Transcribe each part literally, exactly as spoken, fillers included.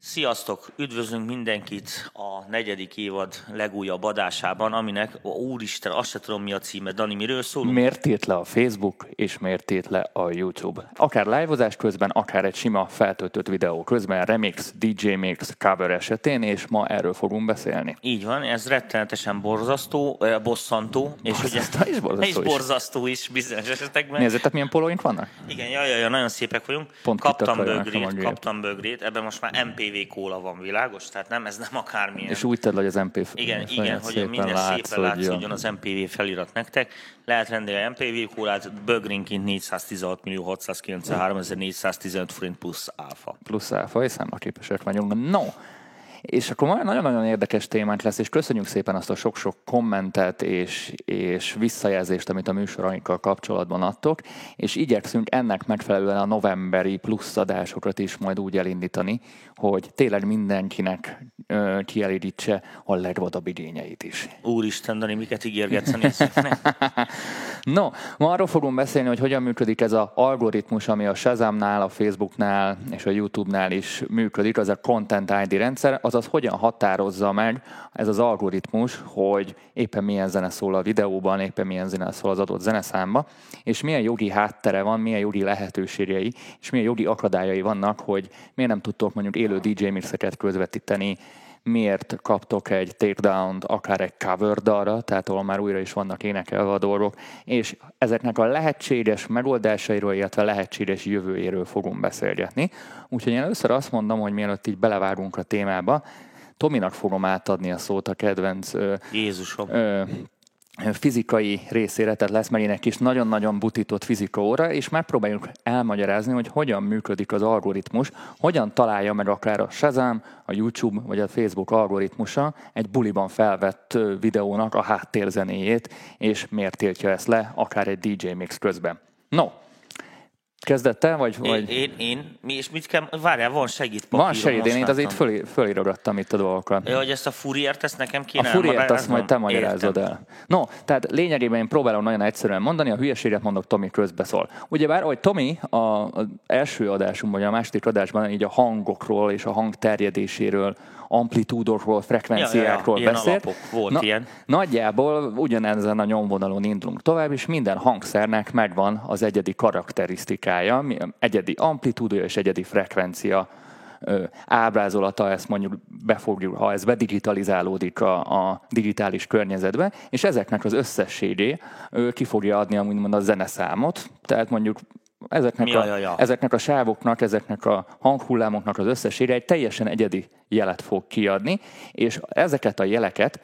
Sziasztok! Üdvözlünk mindenkit a negyedik évad legújabb adásában, aminek, ó, úristen, azt se tudom mi a címe. Dani, miről szólunk? Miért írt le a Facebook, és miért írt le a YouTube? Akár live-ozás közben, akár egy sima feltöltött videó közben, remix, dé dzsé mix, cover esetén, és ma erről fogunk beszélni. Így van, ez rettenetesen borzasztó, eh, bosszantó, és Borzasztó ugye, is, borzasztó és is. borzasztó is bizonyos esetekben. Nézzétek, milyen polóink vannak? Igen, jaj, jaj, jaj, nagyon szépek vagyunk. Pont kaptam kitakarolnak a bögrét, magét. kaptam bögrét, ebben most már em pé vé kóla van, világos? Tehát nem, ez nem akármilyen. És úgy tedd, hogy az em pé Igen, igen, hogy minden szépen látszódjon az em pé vé felirat nektek. Lehet rendelni a em pé vé kólát, bögrénként négyszáztizenhat millió hatszázkilencvenháromezer-négyszáztizenöt forint plusz áfa. Plusz áfa, és számlaképesek vagyunk. No! És akkor majd nagyon-nagyon érdekes témánk lesz, és köszönjük szépen azt a sok-sok kommentet és, és visszajelzést, amit a műsorainkkal kapcsolatban adtok, és igyekszünk ennek megfelelően a novemberi plusz adásokat is majd úgy elindítani, hogy tényleg mindenkinek ö, kielégítse a legvadabb igényeit is. Úristen, Dani, miket ígérgetsz a nézőknek? No, ma arról fogunk beszélni, hogy hogyan működik ez az algoritmus, ami a Shazamnál, a Facebooknál és a YouTube-nál is működik, az a Content áj dí rendszer, azaz hogyan határozza meg ez az algoritmus, hogy éppen milyen zene szól a videóban, éppen milyen zene szól az adott zeneszámba, és milyen jogi háttere van, milyen jogi lehetőségei, és milyen jogi akadályai vannak, hogy miért nem tudtok mondjuk élő dé dzsé mixeket közvetíteni, miért kaptok egy takedown-t, akár egy cover dalra, tehát ahol már újra is vannak énekelve a dolgok, és ezeknek a lehetséges megoldásairól, illetve lehetséges jövőjéről fogunk beszélgetni. Úgyhogy én először azt mondom, hogy mielőtt így belevágunk a témába, Tominak fogom átadni a szót a kedvenc ö, Jézusom. Ö, fizikai részére, tehát lesz megint egy kis nagyon-nagyon butított fizika óra, és megpróbáljuk elmagyarázni, hogy hogyan működik az algoritmus, hogyan találja meg akár a Shazam, a YouTube vagy a Facebook algoritmusa egy buliban felvett videónak a háttérzenéjét, és miért tiltja ezt le, akár egy dé dzsé mix közben. No, kezdett te, vagy... vagy... Én, én, én, mi, és mit kell, várjál, van segítpapírom. Van segít, én itt azért föl, fölírogattam itt a dolgokat. Ja, hogy ezt a Fouriert, ezt nekem kéne... A Fouriert azt majd te magyarázod el. No, tehát lényegében én próbálom nagyon egyszerűen mondani, a hülyeséget mondok, Tomi közbeszól. Ugyebár, ahogy Tomi az első adásunkban, vagy a második adásban így a hangokról és a hang terjedéséről, amplitúdokról, frekvenciákról ja, ja, ja. beszélt. Alapok, volt Na, ilyen. Nagyjából ugyanezen a nyomvonalon indulunk tovább, és minden hangszernek megvan az egyedi karakterisztikája, egyedi amplitúdója és egyedi frekvencia ö, ábrázolata, ezt mondjuk befogjuk, ha ez bedigitalizálódik a, a digitális környezetbe, és ezeknek az összességé ö, ki fogja adni úgymond a zeneszámot, tehát mondjuk Ezeknek, ja, a, ja, ja. ezeknek a sávoknak, ezeknek a hanghullámoknak az összessége egy teljesen egyedi jelet fog kiadni, és ezeket a jeleket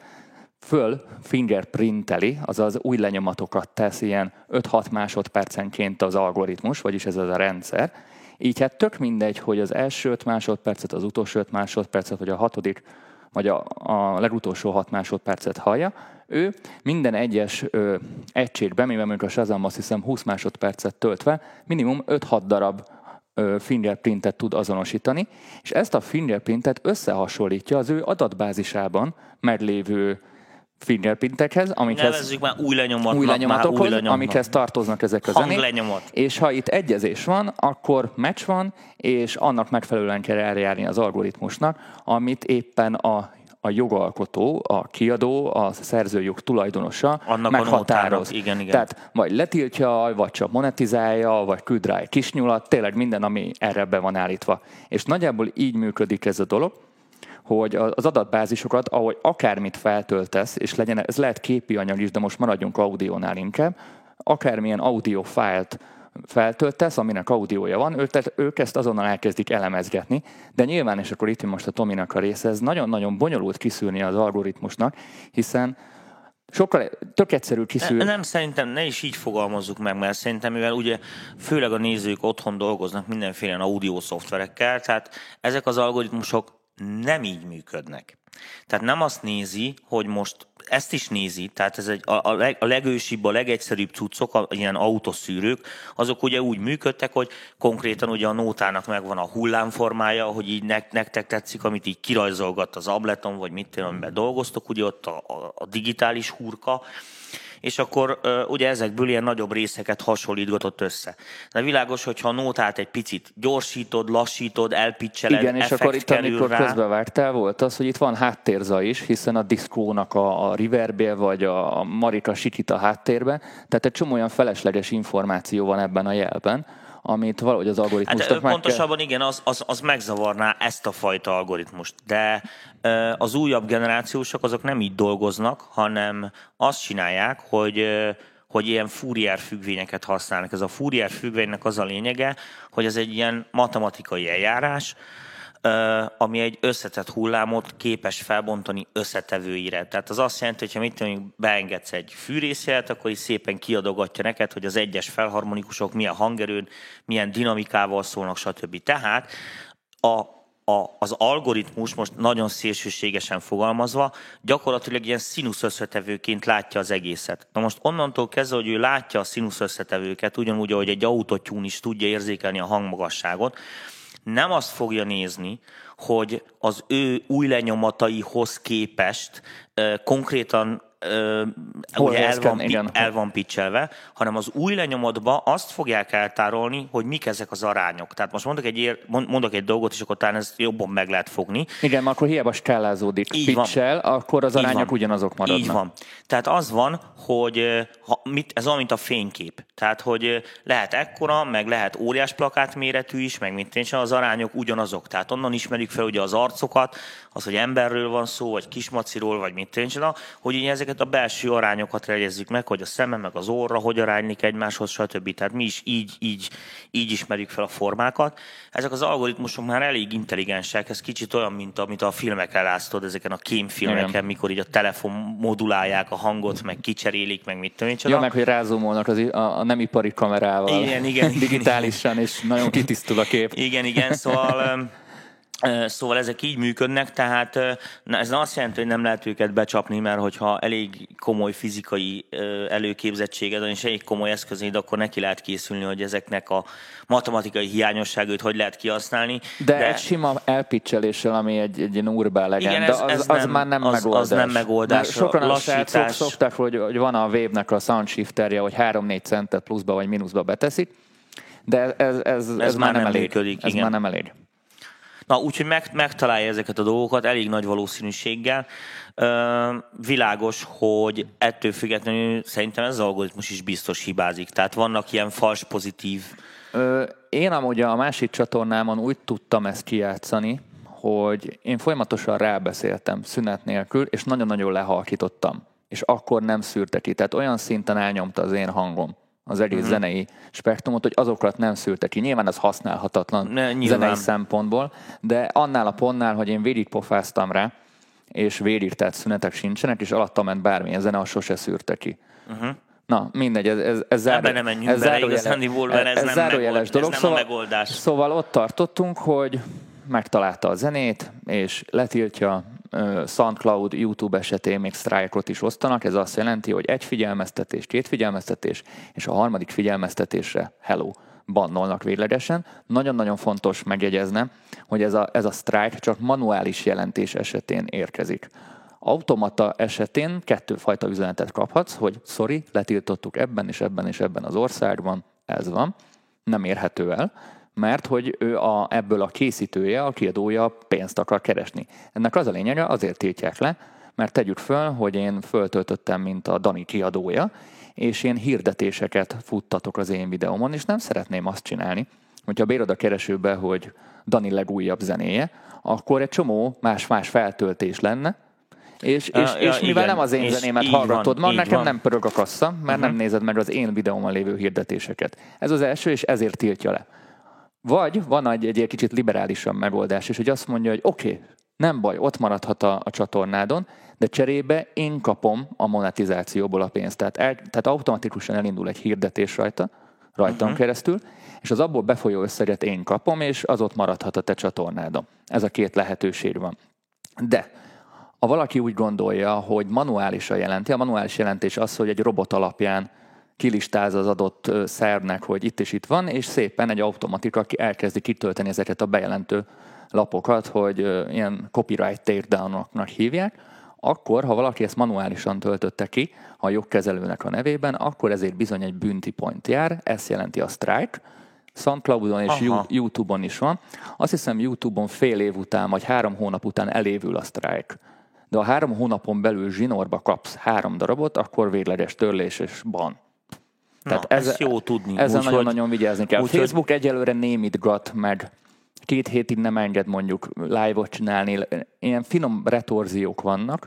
föl fingerprinteli, azaz új lenyomatokat tesz ilyen öt-hat másodpercenként az algoritmus, vagyis ez az a rendszer. Így hát tök mindegy, hogy az első öt másodpercet, az utolsó öt másodpercet, vagy a hatodik, vagy a, a legutolsó hat másodpercet hallja, ő minden egyes ö, egységben, mivel mondjuk a Shazam azt hiszem húsz másodpercet töltve, minimum öt-hat darab ö, fingerprintet tud azonosítani, és ezt a fingerprintet összehasonlítja az ő adatbázisában meglévő fingerprintekhez, amikhez, Nevezzük már új lenyomatnak, új lenyomatokhoz, már új lenyomat. amikhez tartoznak ezek a zenék. Hanglenyomat. És ha itt egyezés van, akkor match van, és annak megfelelően kell eljárni az algoritmusnak, amit éppen a a jogalkotó, a kiadó, a szerzőjog tulajdonosa annak meghatároz. Igen, igen. Tehát vagy letiltja, vagy csak monetizálja, vagy küld rá egy kis nyulat, tényleg minden, ami erre be van állítva. És nagyjából így működik ez a dolog, hogy az adatbázisokat, ahogy akármit feltöltesz, és legyen, ez lehet képi anyag is, de most maradjunk audiónál inkább, akármilyen audiófájlt feltöltesz, aminek audiója van, ő, tehát ők ezt azonnal elkezdik elemezgetni, de nyilván, és akkor itt most a Tominak a része, ez nagyon-nagyon bonyolult kiszűrni az algoritmusnak, hiszen sokkal tök egyszerű kiszűrni. Ne, nem, szerintem ne is így fogalmazzuk meg, mert szerintem, mivel ugye főleg a nézők otthon dolgoznak mindenféle audio szoftverekkel, tehát ezek az algoritmusok nem így működnek. Tehát nem azt nézi, hogy most ezt is nézi, tehát ez egy, a, a, leg, a legősibb, a legegyszerűbb cuccok, a, ilyen autoszűrők, azok ugye úgy működtek, hogy konkrétan ugye a nótának megvan a hullámformája, hogy így nek, nektek tetszik, amit így kirajzolgat az ableton, vagy mit tudom, amiben dolgoztok, ugye ott a, a, a digitális hurka, és akkor ugye ezekből ilyen nagyobb részeket hasonlítgatott össze. De világos, hogyha a nótát egy picit gyorsítod, lassítod, elpicseled, igen, és akkor itt, amikor rá. közbevágtál, volt az, hogy itt van háttérzaj is, hiszen a diszkónak a, a reverbél, vagy a Marika sikít a háttérbe, tehát egy csomó olyan felesleges információ van ebben a jelben, amit valahogy az algoritmusnak hát, meg pontosabban kell... igen, az, az, az megzavarná ezt a fajta algoritmust, de az újabb generációsok azok nem így dolgoznak, hanem azt csinálják, hogy hogy ilyen Fourier függvényeket használnak. Ez a Fourier függvénynek az a lényege, hogy ez egy ilyen matematikai eljárás, ami egy összetett hullámot képes felbontani összetevőire. Tehát az azt jelenti, hogy ha mit tudom, beengedsz egy fűrészjelet, akkor is szépen kiadogatja neked, hogy az egyes felharmonikusok milyen hangerőn, milyen dinamikával szólnak, stb. Tehát a A, az algoritmus, most nagyon szélsőségesen fogalmazva, gyakorlatilag ilyen színusz összetevőként látja az egészet. Na most onnantól kezdve, hogy ő látja a színusz összetevőket, ugyanúgy, ahogy egy autotune is tudja érzékelni a hangmagasságot, nem azt fogja nézni, hogy az ő új lenyomataihoz képest uh, konkrétan uh, ugye el, van, pi- el van pitchelve, hanem az új lenyomatba azt fogják eltárolni, hogy mik ezek az arányok. Tehát most mondok egy, ér, mondok egy dolgot, és akkor talán ezt jobban meg lehet fogni. Igen, mert akkor hiába skálázódik pitchel, akkor az arányok ugyanazok maradnak. Így van. Tehát az van, hogy ha, mit, ez olyan, mint a fénykép. Tehát, hogy lehet ekkora, meg lehet óriás plakát méretű is, meg mint én sem, az arányok ugyanazok. Tehát onnan ismerjük fel ugye az arcokat, az, hogy emberről van szó, vagy kismaciról, vagy mint én sem, hogy így ezeket a belső arányokat jegyezzük meg, hogy a szeme, meg az orra, hogy aránylik egymáshoz, stb. Tehát mi is így, így, így ismerjük fel a formákat. Ezek az algoritmusok már elég intelligensek, ez kicsit olyan, mint amit a filmeken látszod, ezeken a kémfilmeken, igen, mikor így a telefon modulálják a hangot, meg kicserélik, meg mit tudom én ja, meg hogy rázumolnak az, a, a nem ipari kamerával. Igen, igen. Digitálisan, és nagyon kitisztul a kép. Igen, igen, szóval... Szóval ezek így működnek, tehát ez nem azt jelenti, hogy nem lehet őket becsapni, mert hogyha elég komoly fizikai előképzettséged és elég komoly eszközéd, akkor neki lehet készülni, hogy ezeknek a matematikai hiányosságait hogy lehet kihasználni. De, de egy sima elpitcheléssel, ami egy, egy ilyen urbán legend, de az, ez az nem, már nem az, megoldás. Az nem megoldás. Sokan a srácok szokták, hogy, hogy van a Wave-nek a soundshifterje, hogy három-négy centet pluszba vagy mínuszba beteszik, de ez, ez, ez, ez már nem, nem elég. Működik, ez igen. már nem elég. Na, úgyhogy meg, megtalálja ezeket a dolgokat elég nagy valószínűséggel. Ö, világos, hogy ettől függetlenül szerintem ez az algoritmus is biztos hibázik. Tehát vannak ilyen fals pozitív... Ö, én amúgy a másik csatornámon úgy tudtam ezt kijátszani, hogy én folyamatosan rábeszéltem szünet nélkül, és nagyon-nagyon lehalkítottam. És akkor nem szűrte ki. Tehát olyan szinten elnyomta az én hangom az egész uh-huh. zenei spektrumot, hogy azokat nem szűrte ki. Nyilván ez használhatatlan ne, zenei szempontból, de annál a pontnál, hogy én végigpofáztam rá, és végig, tehát szünetek sincsenek, és alatta ment bármilyen zene, az sose szűrte ki. Uh-huh. Na, mindegy, ez, ez, ez, záró, nem ez, zárójeles, ez, ez nem zárójeles dolog. Ez nem szóval, a megoldás. Szóval ott tartottunk, hogy megtalálta a zenét, és letiltja. SoundCloud, YouTube esetén még strike-ot is osztanak, ez azt jelenti, hogy egy figyelmeztetés, két figyelmeztetés, és a harmadik figyelmeztetésre hello, bannolnak véglegesen. Nagyon-nagyon fontos megjegyeznem, hogy ez a, ez a strike csak manuális jelentés esetén érkezik. Automata esetén kettőfajta üzenetet kaphatsz, hogy sorry, letiltottuk ebben és ebben és ebben az országban, ez van, nem érhető el, mert hogy ő a, ebből a készítője, a kiadója pénzt akar keresni. Ennek az a lényege, azért tiltják le, mert tegyük föl, hogy én föltöltöttem, mint a Dani kiadója, és én hirdetéseket futtatok az én videómon, és nem szeretném azt csinálni, hogyha beírod a keresőbe, hogy Dani legújabb zenéje, akkor egy csomó más-más feltöltés lenne, és, és, ja, és mivel igen, nem az én zenémet hallgatod, ma nekem van. Nem pörög a kassa, mert uh-huh. nem nézed meg az én videómon lévő hirdetéseket. Ez az első, és ezért tiltja le. Vagy van egy, egy kicsit liberálisabb megoldás, és hogy azt mondja, hogy oké, okay, nem baj, ott maradhat a, a csatornádon, de cserébe én kapom a monetizációból a pénzt. Tehát, el, tehát automatikusan elindul egy hirdetés rajta, rajtam uh-huh. keresztül, és az abból befolyó összeget én kapom, és az ott maradhat a te csatornádon. Ez a két lehetőség van. De ha valaki úgy gondolja, hogy manuálisan jelenti, a manuális jelentés az, hogy egy robot alapján kilistáz az adott szervnek, hogy itt és itt van, és szépen egy automatika elkezdi kitölteni ezeket a bejelentő lapokat, hogy ilyen copyright takedown-oknak hívják, akkor, ha valaki ezt manuálisan töltötte ki, a jogkezelőnek a nevében, akkor ezért bizony egy bounty point jár, ezt jelenti a strike. SoundCloudon és Aha. YouTube-on is van. Azt hiszem YouTube-on fél év után, vagy három hónap után elévül a strike. De ha három hónapon belül zsinórba kapsz három darabot, akkor végleges törlés és ban. Tehát Na, ez, ez jó tudni. Ezzel nagyon-nagyon vigyázni kell. A Facebook hogy... egyelőre némítgat meg. Két hétig nem enged mondjuk live-ot csinálni. Ilyen finom retorziók vannak,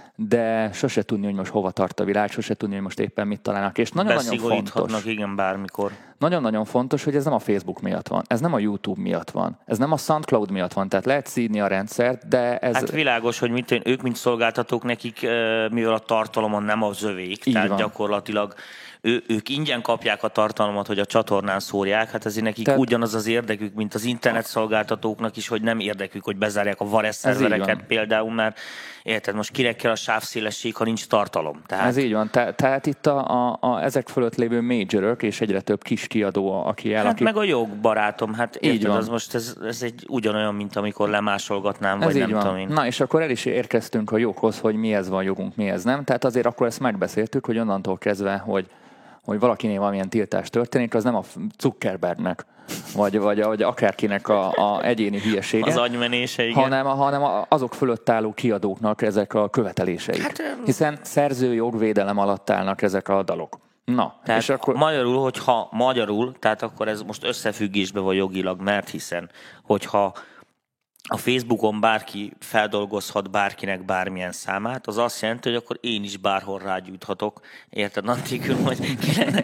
de sose tudni, hogy most hova tart a világ, sose tudni, hogy most éppen mit találnak. És nagyon-nagyon fontos. Igen, bármikor. Nagyon-nagyon fontos, hogy ez nem a Facebook miatt van, ez nem a YouTube miatt van, ez nem a SoundCloud miatt van, tehát lehet szídni a rendszert, de ez... Hát világos, hogy mit, ők, mint szolgáltatók, nekik, mivel a tartalomon nem az övék, Így tehát van. gyakorlatilag ő, ők ingyen kapják a tartalmat, hogy a csatornán szórják, hát ezért nekik Tehát... ugyanaz az érdekük, mint az internet szolgáltatóknak is, hogy nem érdekük, hogy bezárják a Vares szervereket például, mert érted, most kinek kell a sávszélesség, ha nincs tartalom. Tehát... Ez így van, Te, tehát itt a, a, a, ezek fölött lévő majorök és egyre több kis kiadó, aki el... Hát aki... meg a jogbarátom, hát érted, az most ez, ez egy ugyanolyan, mint amikor lemásolgatnám, ez vagy nem van. tudom én. Na és akkor el is érkeztünk a joghoz, hogy mi ez van jogunk, mi ez nem. Tehát azért akkor ezt megbeszéltük, hogy onnantól kezdve, hogy hogy valakinél valamilyen tiltás történik, az nem a Zuckerbergnek, vagy, vagy, vagy akárkinek a, a egyéni hülyesége. Az agymenése, igen. Hanem, hanem azok fölött álló kiadóknak ezek a követeléseik. Hát, hiszen szerzőjogvédelem alatt állnak ezek a dalok. Na, tehát és akkor... magyarul, hogyha magyarul, tehát akkor ez most összefüggésbe van jogilag, mert hiszen, hogyha a Facebookon bárki feldolgozhat bárkinek bármilyen számát, az azt jelenti, hogy akkor én is bárhol rágyújthatok, érted, anélkül, hogy ki lenne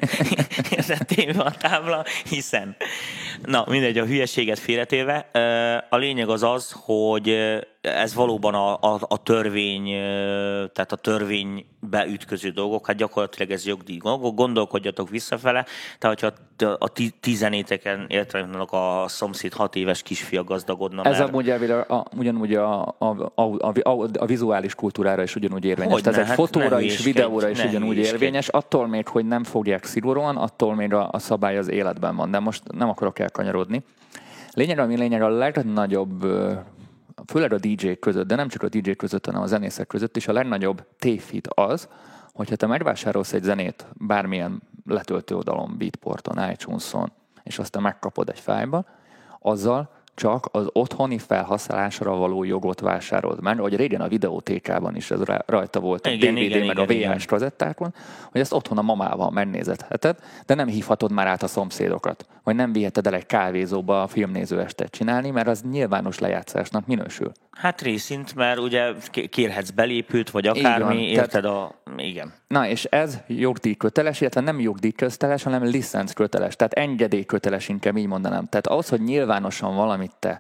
téve a tábla, hiszen. Na, mindegy, a hülyeséget félretéve. A lényeg az az, hogy ez valóban a, a, a törvény, tehát a törvénybe ütköző dolgok, hát gyakorlatilag ez jogdíj. Gondolkodjatok visszafele, tehát hogyha a tizenéteken értelemnek a szomszéd hat éves kisfia gazdagodna. Ez mert... amúgy elvileg a, ugyanúgy a, a, a, a, a vizuális kultúrára is ugyanúgy érvényes. Hogy tehát ne, egy hát fotóra is, videóra is ugyanúgy hülyeskedj. érvényes. Attól még, hogy nem fogják szigorúan, attól még a, a szabály az életben van. De most nem akarok elkanyarodni. Lényeg, ami lényeg a legnagyobb, főleg a dé dzsé között, de nem csak a dé dzsé között, hanem a zenészek között is a legnagyobb tévhit az, hogyha te megvásárolsz egy zenét bármilyen letöltő oldalon, Beatporton, iTunes-on, és aztán megkapod egy fájlba, azzal csak az otthoni felhasználásra való jogot vásárolod meg, ahogy régen a videótékában is ez rajta volt, a igen, dé vé dé igen, meg igen, a vé há es kazettákon, hogy ezt otthon a mamával megnézheted, de nem hívhatod már át a szomszédokat, vagy nem viheted el egy kávézóba a filmnéző estet csinálni, mert az nyilvános lejátszásnak minősül. Hát részint, mert ugye kérhetsz belépőt, vagy akármi, érted tehát, a... Igen. Na, és ez jogdíjköteles, illetve nem jogdíjköteles, hanem licencköteles, tehát engedélyköteles, inkább így mondanám. Tehát ahhoz, hogy nyilvánosan valamit te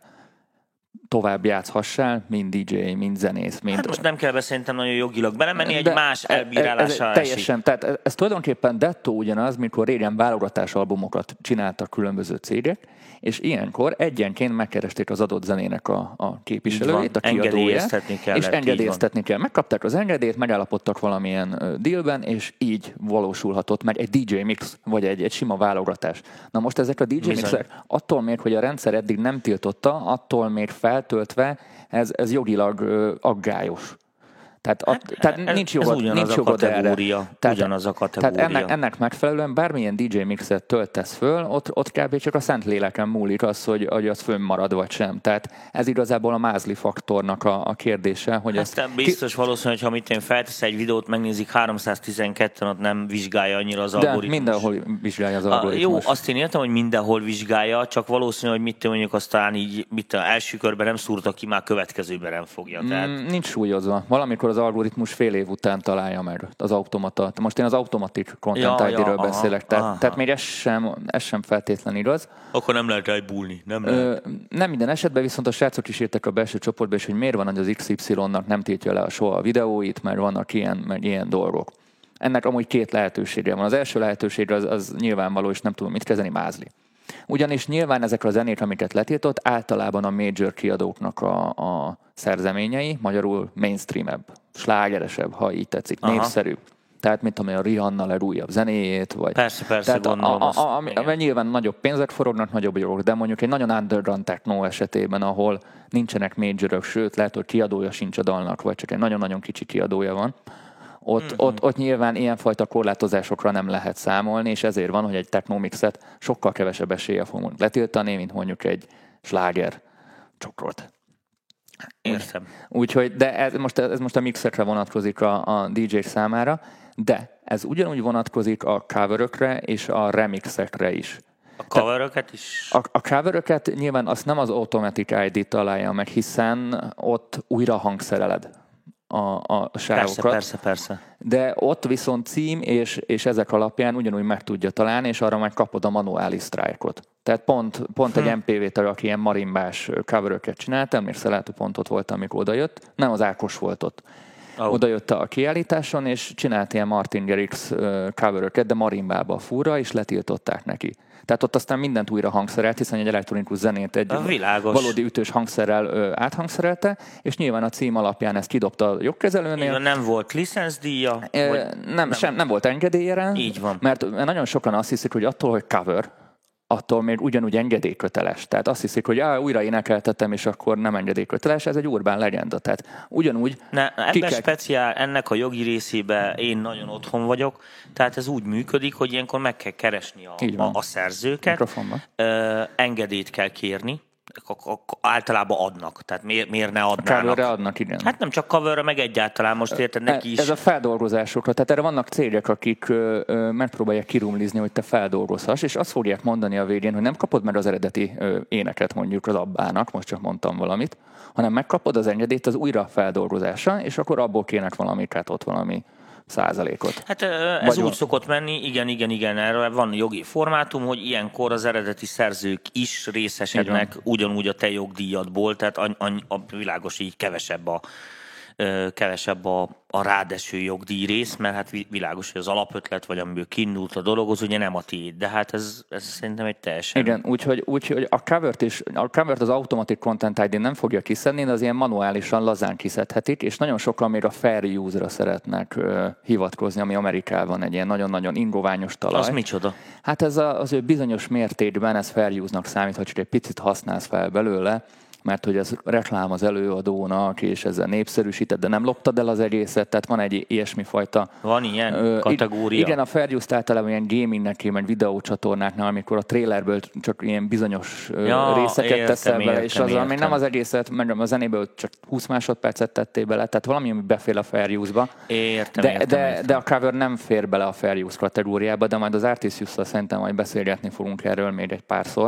tovább játszhassál, mind dé dzsé, mind zenész, mind... Hát most nem kell beszélnem nagyon jogilag belemenni, egy más elbírálással ez, ez teljesen, tehát ez, ez tulajdonképpen dettó ugyanaz, mikor régen válogatásalbumokat csináltak különböző cégek, és ilyenkor egyenként megkeresték az adott zenének a, a képviselőjét, a kiadóját, és engedélyeztetni kell. Megkapták az engedélyt, megállapodtak valamilyen dealben, és így valósulhatott meg egy dé dzsé mix, vagy egy, egy sima válogatás. Na most ezek a dé dzsé mixek, attól még, hogy a rendszer eddig nem tiltotta, attól még feltöltve, ez, ez jogilag ö, aggályos. Tehát, a, hát, tehát ez, nincs jogod, ez nincs jogod erre. Tehát, ugyanaz a kategória. Tehát ennek, ennek megfelelően bármilyen dé dzsé mixet töltesz föl, ott, ott kb. Csak a szent léleken múlik az, hogy, hogy az fönnmarad vagy sem. Tehát ez igazából a mázli faktornak a, a kérdése. Hogy hát ezt biztos ki... valószínű, hogy ha mit én feltesz egy videót, megnézik háromszáztizenketten, ott nem vizsgálja annyira az de algoritmus. mindenhol vizsgálja az algoritmus. Jó, azt én értem, hogy mindenhol vizsgálja, csak valószínű, hogy mit mondjuk aztán így mit, első körben nem szúrta ki, már következőben nem fogja. Tehát... Mm, nincs súlyozva. Valamikor az algoritmus fél év után találja meg az automata. Most én az automatic content ja, i dé-ről ja, beszélek, aha, tehát, tehát még ez sem, ez sem feltétlen igaz. Akkor nem lehet elbúlni. Nem, Ö, nem minden esetben, viszont a srácok is írtak a belső csoportba, és hogy miért van, hogy az iksz ipszilonnak nem tiltja le soha a videóit, mert vannak ilyen, meg ilyen dolgok. Ennek amúgy két lehetősége van. Az első lehetőség az, az nyilvánvaló, és nem tudom mit kezdeni, mázli. Ugyanis nyilván ezek a zenék, amiket letiltott, általában a major kiadóknak a, a szerzeményei, magyarul mainstreamebb, slágeresebb, ha így tetszik, aha, népszerűbb. Tehát, mint amely a Rihanna legújabb zenéjét, vagy... Persze, persze, tehát gondolom a, azt. a, a, a, nyilván nagyobb pénzek forognak, nagyobb jogok, de mondjuk egy nagyon underground techno esetében, ahol nincsenek majorok, sőt, lehet, hogy kiadója sincs a dalnak, vagy csak egy nagyon-nagyon kicsi kiadója van, ott, mm-hmm. ott, ott nyilván ilyenfajta korlátozásokra nem lehet számolni, és ezért van, hogy egy technomixet sokkal kevesebb eséllyel fogunk letiltani, mint mondjuk egy sláger csokrot. Értem. Úgyhogy, de ez most, ez most a mixekre vonatkozik a, a dé dzsé számára, de ez ugyanúgy vonatkozik a coverökre és a remixekre is. A coveröket is? A, a coveröket nyilván azt nem az Automatic i dé találja meg, hiszen ott újra hangszereled a, a sávokat. Persze, persze, persze. De ott viszont cím és, és ezek alapján ugyanúgy meg tudja találni, és arra majd kapod a manuális strike-ot. Tehát pont, pont hm. egy em pé vé-tel, aki ilyen marimbás coveröket csinált, emlékszel, lehet, hogy pont ott volt, amikor odajött. Nem, az Ákos volt ott. Oh. Oda jött a kiállításon, és csinált ilyen Martin Garrix coveröket, de marimbába fúra, és letiltották neki. Tehát ott aztán mindent újra hangszerelt, hiszen egy elektronikus zenét egy valódi ütős hangszerrel ö, áthangszerelte, és nyilván a cím alapján ezt kidobta a jogkezelőnél. Igen, nem volt licenzdíja? E, nem, nem. Sem, nem volt engedélye. Így van. Mert nagyon sokan azt hiszik, hogy attól, hogy cover, attól még ugyanúgy engedélyköteles. Tehát azt hiszik, hogy á, újra énekeltetem, és akkor nem engedélyköteles, ez egy urbán legenda. Tehát ugyanúgy... Ne, ebben kikek... speciál, ennek a jogi részében én nagyon otthon vagyok, tehát ez úgy működik, hogy ilyenkor meg kell keresni a, a, a szerzőket, ö, engedélyt kell kérni, általában adnak, tehát miért, miért ne adnának? Coverre adnak, igen. Hát nem csak coverre, meg egyáltalán most érted neki is. Ez a feldolgozásokra, tehát erre vannak cégek, akik ö, ö, megpróbálják kirumlizni, hogy te feldolgozhass, és azt fogják mondani a végén, hogy nem kapod meg az eredeti ö, éneket mondjuk az Abbának, most csak mondtam valamit, hanem megkapod az engedélyt az újra feldolgozása, és akkor abból kének valamiket, ott valami százalékot. Hát ez Vagy úgy szokott menni, igen, igen, igen, erre van jogi formátum, hogy ilyenkor az eredeti szerzők is részesednek ugyanúgy a te jogdíjadból, tehát a, a, a világos így kevesebb a, kevesebb a, a rádeső jogdíj rész, mert hát világos, hogy az alapötlet, vagy amiből kiindult a dolog, az ugye nem a tiéd, de hát ez, ez szerintem egy teljesen... Igen, úgyhogy, úgyhogy a covert is, a covert az Automatic Content i dé nem fogja kiszedni, de az ilyen manuálisan lazán kiszedhetik, és nagyon sokan még a fair use-ra szeretnek uh, hivatkozni, ami Amerikában egy ilyen nagyon-nagyon ingoványos talaj. Az micsoda? Hát ez a, az ő bizonyos mértékben, ez fair use-nak számít, hogy csak egy picit használsz fel belőle, mert hogy ez reklám az előadónak, és ezzel népszerűsített, de nem loptad el az egészet, tehát van egy ilyesmi fajta... Van ilyen ö, kategória? Igen, a fair use általában ilyen gamingnek, vagy videócsatornáknál, amikor a trailerből csak ilyen bizonyos ja, részeket értem, teszel bele, értem, és azzal még nem az egészet, mert a zenéből csak húsz másodpercet tettél bele, tehát valami, ami befél a fair use-ba. Értem, de, értem, de, értem. de a cover nem fér bele a fair use kategóriába, de majd az Artist Use-szal szerintem majd beszélgetni fogunk erről még egy párszor,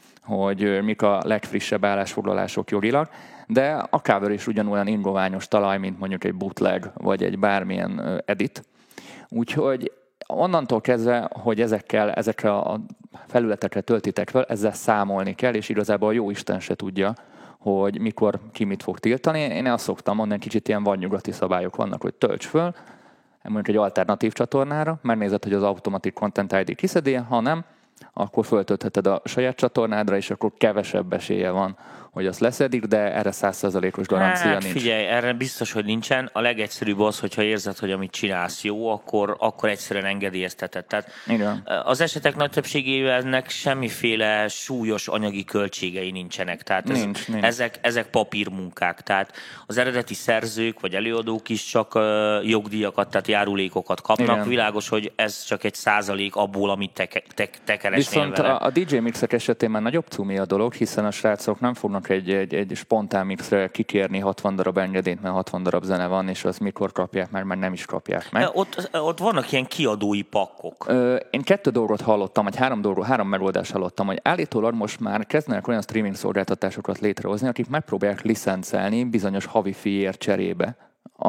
hogy mik a legfrissebb állásfoglalások jogilag, de a cover is ugyanolyan ingoványos talaj, mint mondjuk egy bootleg, vagy egy bármilyen edit. Úgyhogy onnantól kezdve, hogy ezekkel, ezekre a felületekre töltitek fel, ezzel számolni kell, és igazából a jóisten se tudja, hogy mikor ki mit fog tiltani. Én azt szoktam mondani, kicsit ilyen vadnyugati szabályok vannak, hogy tölts föl, mondjuk egy alternatív csatornára, megnézed, hogy az Automatic Content i dé kiszedi, ha nem, akkor föltöltheted a saját csatornádra, és akkor kevesebb esélye van, hogy azt leszedik, de erre száz százalékos garancia hát, nincs. Figyelj, erre biztos, hogy nincsen. A legegyszerűbb az, hogyha érzed, hogy amit csinálsz jó, akkor, akkor egyszerűen engedélyezteted. Tehát igen. Az esetek nagy többségével ennek semmiféle súlyos anyagi költségei nincsenek. Tehát ez, nincs, nincs. Ezek, ezek papírmunkák. Tehát az eredeti szerzők vagy előadók is csak uh, jogdíjakat, tehát járulékokat kapnak. Igen. Világos, hogy ez csak egy százalék abból, amit te, te, te keresnél Viszont vele. a, a dé dzsé mixek esetén már nagyobb cumi a dolog, hiszen a srácok nem fognak egy, egy, egy spontán mixre kikérni hatvan darab engedélyt, mert hatvan darab zene van, és az mikor kapják meg, mert nem is kapják meg. Ott, ott vannak ilyen kiadói pakkok. Ö, én kettő dolgot hallottam, vagy három, dolgot, három megoldást hallottam, hogy állítólag most már kezdenek olyan streaming szolgáltatásokat létrehozni, akik megpróbálják licencelni bizonyos havi fíért cserébe a,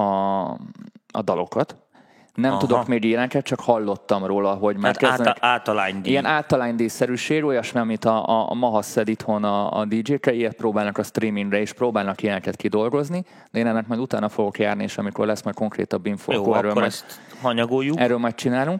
a dalokat. Nem Aha. tudok még ilyeneket, csak hallottam róla, hogy már hát kezdenek... általánydíj. Ilyen általánydíjszerűség, olyasmi, amit a, a, a Maha szed itthon a, a dé dzsékre, ilyet próbálnak a streamingre, és próbálnak ilyeneket kidolgozni, de én ennek majd utána fogok járni, és amikor lesz majd konkrétabb info, Jó, akkor erről akkor majd, ezt hanyagoljuk. Erről majd csinálunk.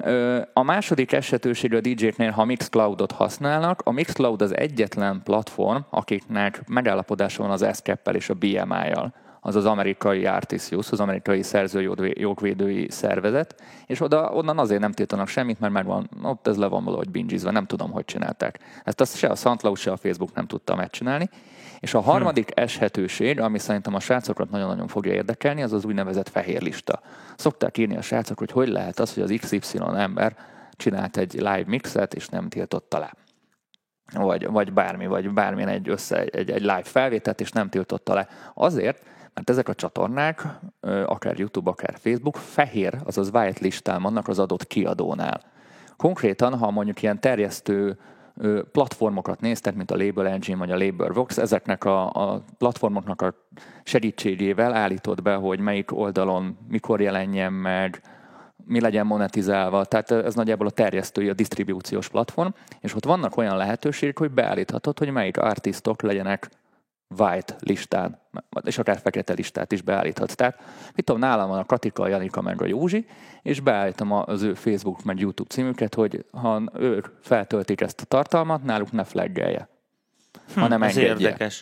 A második esetőség a dé dzséknél, ha Mixcloudot használnak, a Mixcloud az egyetlen platform, akiknek megállapodása van az eszkeppel és a bé em i-jal. az az amerikai Artisius, az amerikai szerzőjogvédői szervezet, és oda, onnan azért nem tiltanak semmit, mert megvan, ott ez le van valahogy bingizve, nem tudom, hogy csinálták. Ezt azt se a SoundCloud, se a Facebook nem tudta megcsinálni. És a harmadik hmm. eshetőség, ami szerintem a srácokat nagyon-nagyon fogja érdekelni, az az úgynevezett fehér lista. Szokták írni a srácok, hogy hogy lehet az, hogy az iksz ipszilon ember csinált egy live mixet, és nem tiltotta le. Vagy, vagy bármi, vagy bármilyen egy, össze, egy, egy live felvételt, és nem tiltotta le. Azért, mert ezek a csatornák, akár YouTube, akár Facebook, fehér, azaz white listán vannak az adott kiadónál. Konkrétan, ha mondjuk ilyen terjesztő platformokat néztek, mint a Label Engine vagy a Labelvox, ezeknek a, a platformoknak a segítségével állított be, hogy melyik oldalon mikor jelenjen meg, mi legyen monetizálva, tehát ez nagyjából a terjesztői, a disztribúciós platform, és ott vannak olyan lehetőségek, hogy beállíthatod, hogy melyik artistok legyenek white listán, és akár fekete listát is beállíthatsz. Tehát, mit tudom, nálam van a Katika, a Janika, meg a Józsi, és beállítom az ő Facebook, meg YouTube címüket, hogy ha ők feltöltik ezt a tartalmat, náluk ne flaggelje, hm, hanem ez engedje. Érdekes.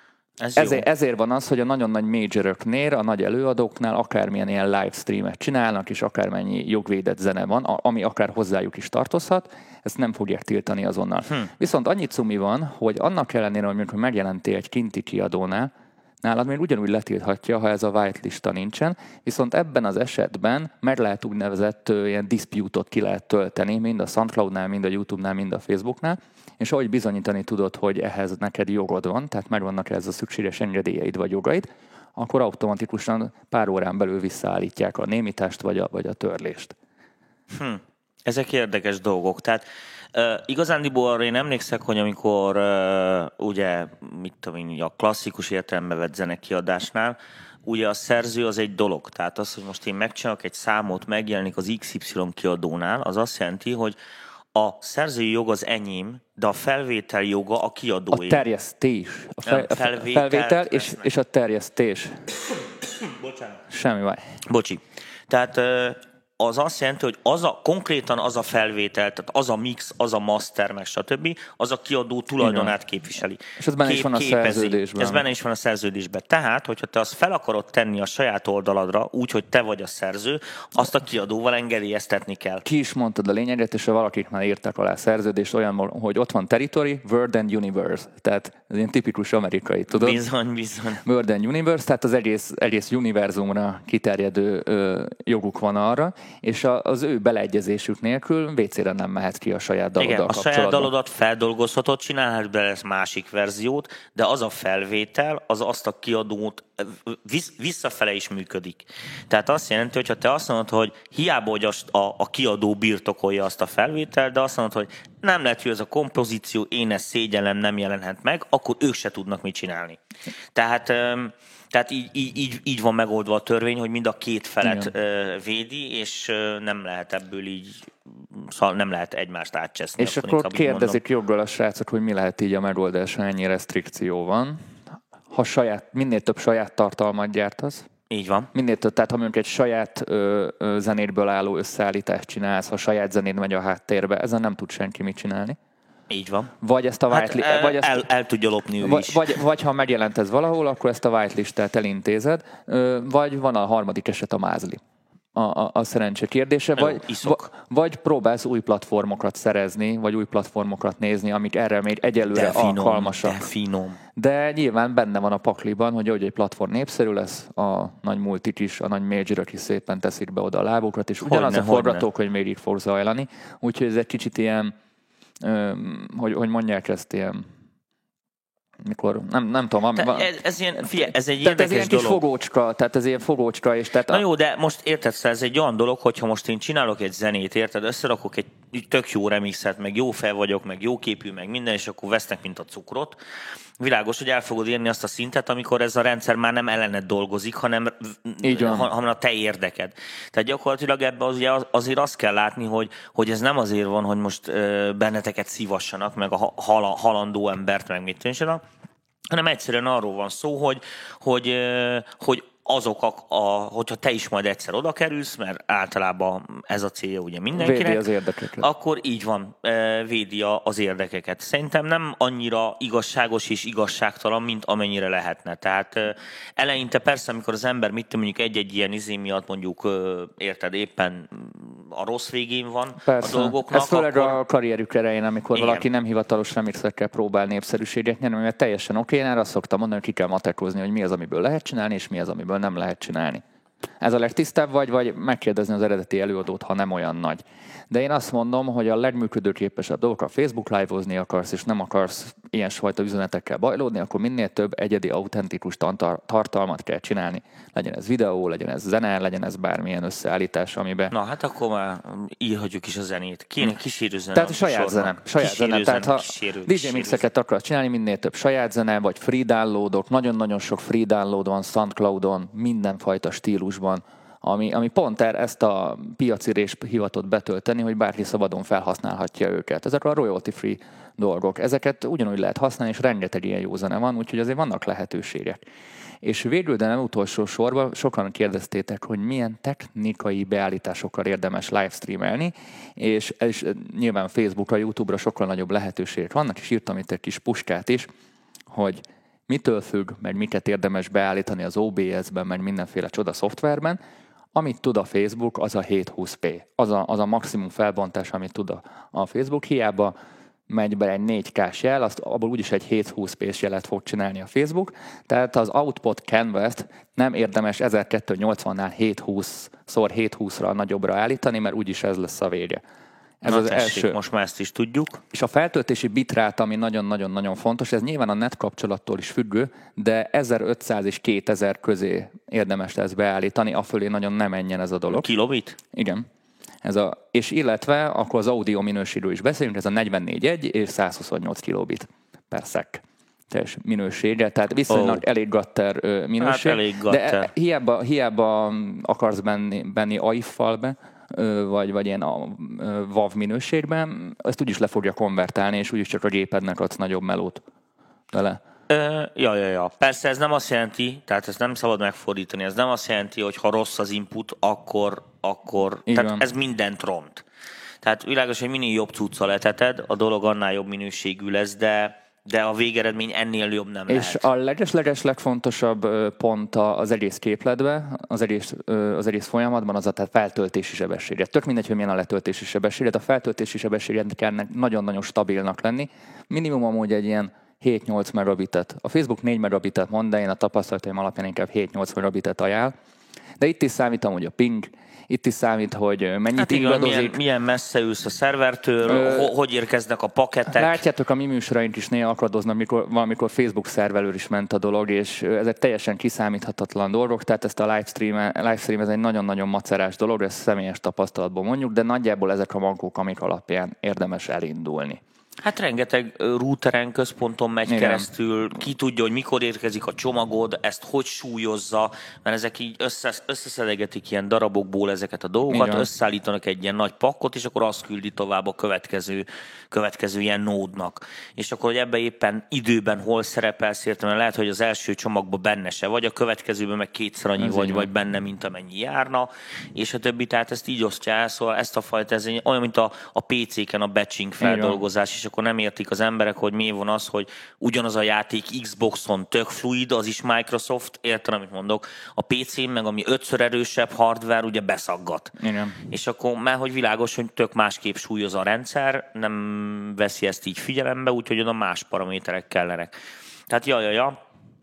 Ez ezért, ezért van az, hogy a nagyon nagy majoröknél, a nagy előadóknál akármilyen ilyen live streamet csinálnak, és akármennyi jogvédett zene van, ami akár hozzájuk is tartozhat, ezt nem fogják tiltani azonnal. Hm. Viszont annyi cumi van, hogy annak ellenére, hogy amikor megjelentél egy kinti kiadónál, nálad még ugyanúgy letilthatja, ha ez a white lista nincsen, viszont ebben az esetben meg lehet úgynevezett ilyen dispute-ot ki lehet tölteni, mind a SoundCloud-nál, mind a YouTube-nál, mind a Facebook-nál, és ahogy bizonyítani tudod, hogy ehhez neked jogod van, tehát megvannak ez a szükséges engedélyeid vagy jogaid, akkor automatikusan pár órán belül visszaállítják a némítást vagy a, vagy a törlést. Hm. Ezek érdekes dolgok. Tehát uh, igazándiból arra én emlékszek, hogy amikor uh, ugye, mit tudom én, a klasszikus értelembe vett zenekiadásnál, ugye a szerző az egy dolog. Tehát az, hogy most én megcsinálok egy számot, megjelenik az iksz ipszilon kiadónál, az azt jelenti, hogy a szerzői jog az enyém, de a felvétel joga a kiadóé. A terjesztés. A, fel, a felvétel és, és a terjesztés. Bocsánat. Semmi baj. Bocsi. Tehát az azt jelenti, hogy az a, konkrétan az a felvétel, tehát az a mix, az a master, meg stb., az a kiadó tulajdonát képviseli. És ez benne Kép, is van a képezi. szerződésben. Ez benne is van a szerződésben. Tehát, hogyha te azt fel akarod tenni a saját oldaladra, úgy, hogy te vagy a szerző, azt a kiadóval engedélyeztetni kell. Ki is mondtad a lényeget, és a valakik már írtak alá a szerződést olyan, hogy ott van territory, word and universe. Tehát ez ilyen tipikus amerikai, tudod? Bizony, bizony. Word and universe, tehát az egész, egész univerzumra kiterjedő ö, joguk van arra, és a, az ő beleegyezésük nélkül vécére nem mehet ki a saját daloddal Igen, a kapcsolatban. saját dalodat feldolgozhatod, csinálhatsz bele másik verziót, de az a felvétel, az azt a kiadót visszafele is működik. Tehát azt jelenti, hogy ha te azt mondod, hogy hiába, hogy a, a kiadó birtokolja azt a felvételt, de azt mondod, hogy nem lehet, hogy ez a kompozíció, én ezt szégyellem, nem jelenhet meg, akkor ők se tudnak mit csinálni. Tehát... Tehát így, így, így van megoldva a törvény, hogy mind a két felet igen. védi, és nem lehet ebből így, szóval nem lehet egymást átcseszni. És akkor, akkor kérdezik joggal a srácok, hogy mi lehet így a megoldás, ha ennyi restrikció van. Ha saját, minél több saját tartalmat gyártasz, így van. Minél több, tehát ha mondjuk egy saját ö, ö, zenétből álló összeállítást csinálsz, ha saját zenéd megy a háttérbe, ezen nem tud senki mit csinálni. Így van. Vagy ezt a white hát, li- vagy ezt, el, el tudja lopni ő vagy, is. Vagy, vagy ha megjelent ez valahol, akkor ezt a white listát elintézed, vagy van a harmadik eset a mázli. A, a, a szerencse kérdése, Jó, vagy, vagy próbálsz új platformokat szerezni, vagy új platformokat nézni, amik erre még egyelőre de alkalmasak. De finom. De nyilván benne van a pakliban, hogy ahogy egy platform népszerű lesz, a nagy multik is, a nagy majorok is szépen teszik be oda a lábukat, és ugyanaz hogyne, a forgatókönyv még így fog zajlani. Úgyhogy ez egy kicsit ilyen, öm, hogy, hogy mondják ezt, ilyen mikor, nem, nem tudom, ami van. Ez, ez, ilyen, fie, ez egy tehát érdekes ez ilyen dolog. kis fogócska, tehát ez ilyen fogócska. És tehát Na a... jó, de most érted, ez egy olyan dolog, hogyha most én csinálok egy zenét, érted, összerakok egy tök jó remixet, meg jó fel vagyok, meg jó képű, meg minden, és akkor vesznek, mint a cukrot. Világos, hogy el fogod érni azt a szintet, amikor ez a rendszer már nem ellened dolgozik, hanem, hanem a te érdeked. Tehát gyakorlatilag ebben az, ugye azért azt kell látni, hogy, hogy ez nem azért van, hogy most benneteket szívassanak, meg a hal, halandó embert, meg mit tűnsenek, hanem egyszerűen arról van szó, hogy, hogy, hogy azok, a, a, hogyha te is majd egyszer oda kerülsz, mert általában ez a célja ugye mindenkinek, védi az érdekeket. Akkor így van, védi az érdekeket. Szerintem nem annyira igazságos és igazságtalan, mint amennyire lehetne. Tehát eleinte persze, amikor az ember mit mondjuk egy-egy ilyen izé miatt mondjuk érted éppen a rossz végén van persze. a dolgoknak. Ez főleg akkor... a karrierük elején, amikor igen. valaki nem hivatalos remixekkel próbál népszerűséget nyerni, mert teljesen oké, én erre azt szoktam mondani, hogy ki kell matekozni, hogy mi az, amiből lehet csinálni, és mi az, amiből nem lehet csinálni. Ez a legtisztább vagy, vagy megkérdezni az eredeti előadót, ha nem olyan nagy. De én azt mondom, hogy a legműködőképesebb dolgok, a Facebook live-ozni akarsz, és nem akarsz ilyesfajta üzenetekkel bajlódni, akkor minél több egyedi, autentikus tartalmat kell csinálni. Legyen ez videó, legyen ez zene, legyen ez bármilyen összeállítás, amiben... Na hát akkor már írhatjuk is a zenét. Kéne kísérő zene. Tehát a saját zene. Saját zene. Tehát ha dé dzsé mixeket akarsz csinálni, minél több saját zene, vagy free downloadok, nagyon-nagyon sok free download van SoundCloudon, mindenfajta stílusban, ami, ami pont er, ezt a piaci részt hivatott betölteni, hogy bárki szabadon felhasználhatja őket. Ezek a royalty-free dolgok. Ezeket ugyanúgy lehet használni, és rengeteg ilyen jó zene van, úgyhogy azért vannak lehetőségek. És végül, de nem utolsó sorban, sokan kérdeztétek, hogy milyen technikai beállításokkal érdemes livestreamelni, és, és nyilván Facebookra, YouTube-ra sokkal nagyobb lehetőségek vannak, és írtam itt egy kis puskát is, hogy mitől függ, meg miket érdemes beállítani az o bé es-ben, meg mindenféle csoda szoftverben. Amit tud a Facebook, az a hétszázhúsz pé. Az a, az a maximum felbontás, amit tud a, a Facebook. Hiába megy be egy négy ká-s jel, azt abból úgyis egy hétszázhúsz pé-s jelet fog csinálni a Facebook. Tehát az output canvas-t nem érdemes ezerkétszáznyolcvannál hétszázhúsz szor hétszázhúszra nagyobbra állítani, mert úgyis ez lesz a vége. Ez Na, az tessék, első. Most már ezt is tudjuk. És a feltöltési bitrát, ami nagyon-nagyon-nagyon fontos, ez nyilván a net kapcsolattól is függő, de ezerötszáz és kétezer közé érdemes lesz beállítani, afölé nagyon nem menjen ez a dolog. Kilobit? Igen. Ez a, és illetve akkor az audio minőségről is beszélünk, ez a negyvennégy egy és százhuszonnyolc kilobit per szek teljes minősége, tehát viszonylag oh. elég gatter minőség. Hát elég gatter. De hiába, hiába akarsz benni, benni á i ef-fal be, vagy, vagy ilyen a WAV minőségben, ezt úgyis le fogja konvertálni, és úgyis csak a gépednek adsz nagyobb melót vele. Ö, ja, ja, ja. Persze ez nem azt jelenti, tehát ezt nem szabad megfordítani, ez nem azt jelenti, hogy ha rossz az input, akkor, akkor tehát ez mindent ront. Tehát világos, hogy minél jobb cuccal leteted, a dolog annál jobb minőségű lesz, de de a végeredmény ennél jobb nem és lehet. És a leges-leges legfontosabb pont az egész képletben, az egész, az egész folyamatban az a tehát feltöltési sebessége. Tök mindegy, hogy milyen a letöltési sebességet. A feltöltési sebességet kell nagyon-nagyon stabilnak lenni. Minimum amúgy egy ilyen hét-nyolc megabitet. A Facebook négy megabitet mond, de én a tapasztalataim alapján inkább hét-nyolc megabitet ajánl. De itt is számít amúgy a ping, itt is számít, hogy mennyit hát ingadozik. Milyen, milyen messze ülsz a szervertől, Ö, hogy érkeznek a paketek. Látjátok, a mi műsoraink is néha akadoznak, mikor, valamikor Facebook szerverről is ment a dolog, és ezek teljesen kiszámíthatatlan dolgok, tehát ezt a livestream, livestream ez egy nagyon-nagyon macerás dolog, ezt személyes tapasztalatból mondjuk, de nagyjából ezek a mankók, amik alapján érdemes elindulni. Hát rengeteg routeren, központon megy igen. keresztül, ki tudja, hogy mikor érkezik a csomagod, ezt hogy súlyozza, mert ezek így összes, összeszedegetik ilyen darabokból ezeket a dolgokat, igen. összeállítanak egy ilyen nagy pakkot, és akkor azt küldi tovább a következő, következő ilyen nódnak. És akkor, hogy ebbe éppen időben hol szerepelsz, értem, mert lehet, hogy az első csomagban benne se vagy, a következőben meg kétszer annyi ez vagy, vagy benne, mint amennyi járna, és a többi, tehát ezt így osztja el, szóval ezt a fajta, ez olyan, mint a, a pé céken a batching feldolgozás, és akkor nem értik az emberek, hogy mi van az, hogy ugyanaz a játék Xboxon tök fluid, az is Microsoft, értem, amit mondok, a pé cén meg ami ötször erősebb hardware, ugye beszaggat. Igen. És akkor már, hogy világos, hogy tök másképp súlyoz a rendszer, nem veszi ezt így figyelembe, úgyhogy oda más paraméterek kellenek. Tehát ja, ja, ja.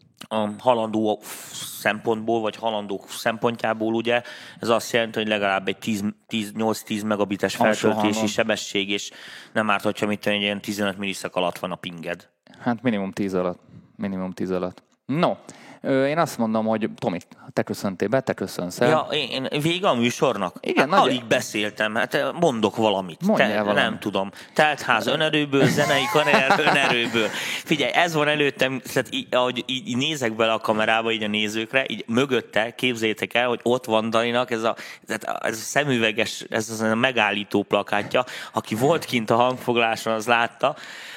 A halandó szempontból, vagy halandók szempontjából ugye, ez azt jelenti, hogy legalább egy nyolc-tíz megabites feltöltési sebesség, és nem árt, hogyha mit tenni, egy ilyen tizenöt milliszek alatt van a pinged. Hát minimum tíz alatt. Minimum tíz alatt. No, én azt mondom, hogy Tomi, te köszöntél be, te köszönsz el. Ja, én, én vége a műsornak? Igen, hát, alig beszéltem, hát mondok valamit. Te, valamit. Nem tudom. Teltház önerőből, zenei karrier önerőből. Figyelj, ez van előttem, tehát így, ahogy így, így nézek bele a kamerába, így a nézőkre, így mögötte képzeljétek el, hogy ott van Daninak ez a, ez a szemüveges, ez a megállító plakátja. Aki volt kint a hangfoglaláson, az látta.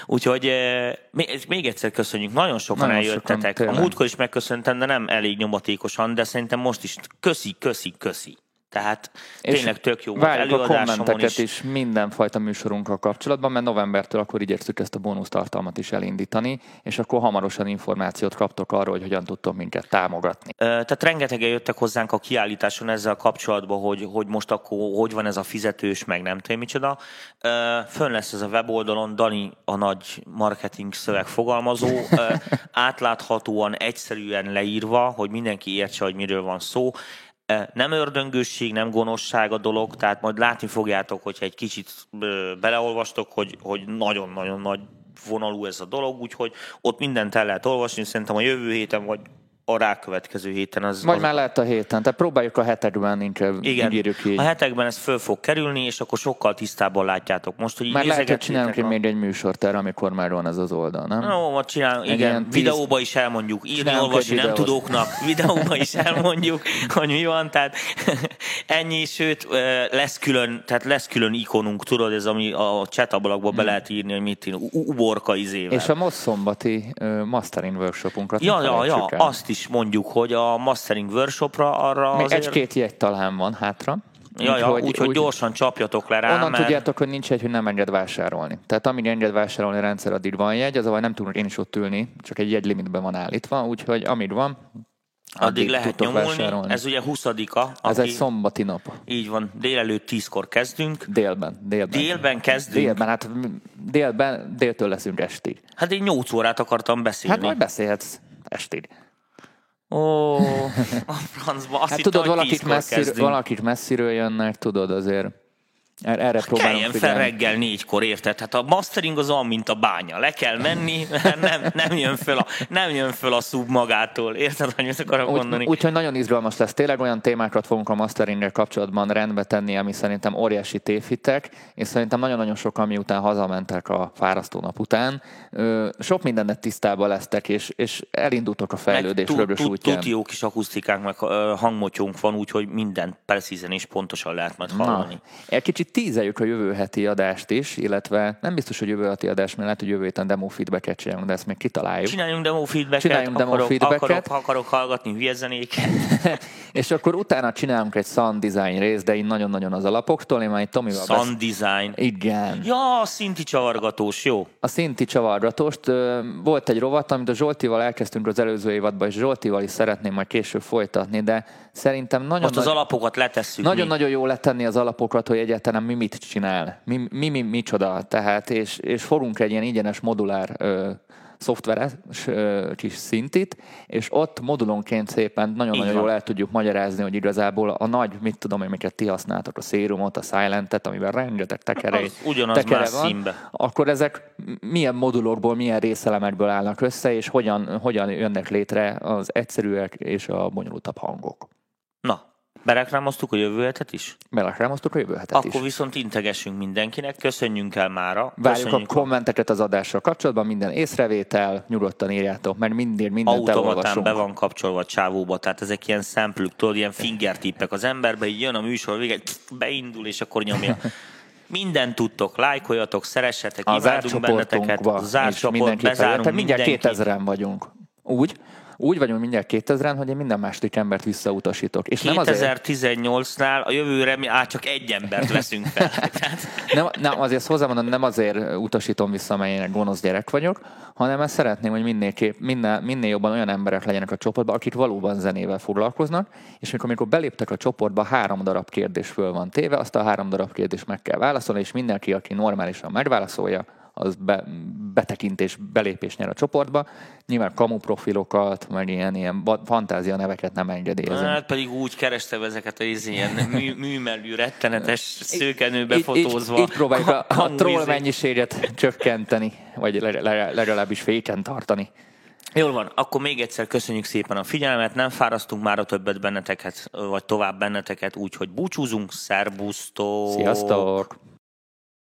Úgyhogy még egyszer köszönjük, nagyon sokan nagyon eljöttetek. Sokan, a múltkor is megköszöntem, de nem elég nyomatékosan, de szerintem most is köszi, köszi, köszi. Tehát tényleg tök jó volt. Várjuk a kommenteket is. is mindenfajta műsorunkkal kapcsolatban, mert novembertől akkor igyekszük ezt a bónusz tartalmat is elindítani, és akkor hamarosan információt kaptok arról, hogy hogyan tudtok minket támogatni. Tehát rengetegen jöttek hozzánk a kiállításon ezzel kapcsolatban, hogy, hogy most akkor hogy van ez a fizetős, meg nem tudom micsoda. Fönn lesz ez a weboldalon, Dani a nagy marketing szövegfogalmazó, átláthatóan, egyszerűen leírva, hogy mindenki értse, hogy miről van szó. Nem ördöngősség, nem gonoszság a dolog, tehát majd látni fogjátok, hogyha egy kicsit beleolvastok, hogy, hogy nagyon-nagyon nagy vonalú ez a dolog, úgyhogy ott mindent el lehet olvasni, szerintem a jövő héten vagy a rákövetkező héten az... Vagy az... már lehet a héten, tehát próbáljuk a hetekben inkább. Igen, a hetekben ez föl fog kerülni, és akkor sokkal tisztábban látjátok. Most, hogy már lehet, hogy csinálunk a... még egy műsort erre, amikor már van ez az oldal, nem? No, majd csinálunk, igen, tíz... videóba is elmondjuk, írni, olvasni nem tudóknak, videóba is elmondjuk, hogy mi van, tehát ennyi, sőt, lesz külön, tehát lesz külön ikonunk, tudod, ez ami a chat ablakba hmm. be lehet írni, hogy mit írni, uborka izével. És a most szombati mastering workshopunkat ja, ja, ja, azt is mondjuk, hogy a mastering workshopra arra még azért... egy-két jegy talán van hátra. Ja, ja, úgyhogy úgy, úgy gyorsan csapjatok le rá, onnan mert... tudjátok, hogy nincs egy, hogy nem enged vásárolni. Tehát amíg enged vásárolni a rendszer, addig van jegy, az, ahogy nem tudunk én is ott ülni, csak egy jegylimitben van állítva, úgyhogy amíg van, addig, addig lehet nyomulni. Vásárolni. Ez ugye huszadika. Ez egy szombati nap. Így van, délelőtt tízkor kezdünk. Délben. Délben, délben kezdünk? Délben, hát délben, déltől leszünk estig. Hát én nyolc órát akartam beszélni. Hát majd beszélhetsz estig. Ó, a francba, azt hát hittem, tudod, valakik, messziről, valakik messziről jönnek, tudod, azért erre hát próbálunk keljen fel reggel négykor, érted? Hát a mastering az olyan, mint a bánya. Le kell menni, nem, nem, jön föl a, nem jön föl a szub magától. Érted, hogy mit akarok úgy, mondani? Úgyhogy nagyon izgalmas lesz. Tényleg olyan témákat fogunk a masteringgel kapcsolatban rendbe tenni, ami szerintem óriási tévhitek, és szerintem nagyon-nagyon sokan miután hazamentek a fárasztó nap után, sok mindennet tisztában lesztek, és, és elindultok a fejlődés rögös útján. Tuti jó kis akusztikánk, meg hangmotyónk van, úgyhogy mindent precízen és pontosan lehet majd hallani. Egy kicsit tízeljük a jövő heti adást is, illetve nem biztos, hogy jövő heti adás, mert lehet, hogy jövő héten demo feedbacket csinálunk, de ezt még kitaláljuk. Csináljunk demo feedbacket, Csináljunk demo akarok, feedbacket. Akarok, akarok hallgatni hülye zenéket. És akkor utána csinálunk egy sound design részt, de így nagyon-nagyon az alapoktól. Én már egy Tomival sound besz... design. Igen. Ja, a szinti csavargatós, jó. A szinti csavargatóst. Volt egy rovat, amit a Zsoltival elkezdtünk az előző évadban, és Zsoltival is szeretném majd később folytatni, de szerintem nagyon... Most az nagy... alapokat letesszük. Nagyon-nagyon jó letenni az alapokat, hogy egyáltalán mi mit csinál. Mi, mi, mi micsoda. Tehát, és, és fogunk egy ilyen ingyenes modulár ö, szoftveres ö, kis szintit, és ott modulonként szépen nagyon-nagyon jól el tudjuk magyarázni, hogy igazából a nagy, mit tudom, amiket ti használtok, a szérumot, a silentet, amivel rengeteg tekere, tekere van, színbe. Akkor ezek milyen modulokból, milyen részelemekből állnak össze, és hogyan, hogyan jönnek létre az egyszerűek és a bonyolultabb hangok. Na, bereklámoztuk a jövő hetet is? Bereklámoztuk a jövő hetet Akkor is. Akkor viszont integessünk mindenkinek, köszönjünk el mára. Várjuk a kommenteket az adással kapcsolatban, minden észrevétel, nyugodtan írjátok, mert mindig mindent automatán be van kapcsolva a csávóba, tehát ezek ilyen szemplők, tudod, ilyen fingertippek az emberbe, így jön a műsor vége, beindul, és akkor nyomja. Mindent tudtok, lájkoljatok, szeressetek, imádunk benneteket, a zárt csoport, bezárunk mindjárt kétezren vagyunk. Úgy? Úgy vagyunk mindjárt kétezren, hogy én minden második embert visszautasítok. És kétezer-tizennyolcnál a jövőre mi át csak egy embert veszünk fel. nem, nem, azért ezt hozzámondom, nem azért utasítom vissza, mert én egy gonosz gyerek vagyok, hanem ezt szeretném, hogy minél, kép, minél, minél jobban olyan emberek legyenek a csoportban, akik valóban zenével foglalkoznak, és amikor, amikor beléptek a csoportba, három darab kérdés föl van téve, azt a három darab kérdést meg kell válaszolni, és mindenki, aki normálisan megválaszolja, az be, betekintés, belépés nyer a csoportba. Nyilván kamu profilokat, meg ilyen, ilyen fantázia neveket nem engedélyezünk. Hát pedig úgy kerestem ezeket az ilyen mű, műmelű, rettenetes szőkenőbe fotózva. Így, így, így próbáljuk a, a troll mennyiséget csökkenteni, vagy legalábbis féken tartani. Jól van, akkor még egyszer köszönjük szépen a figyelmet, nem fárasztunk már a többet benneteket, vagy tovább benneteket, úgyhogy búcsúzunk, szerbusztok! Sziasztok!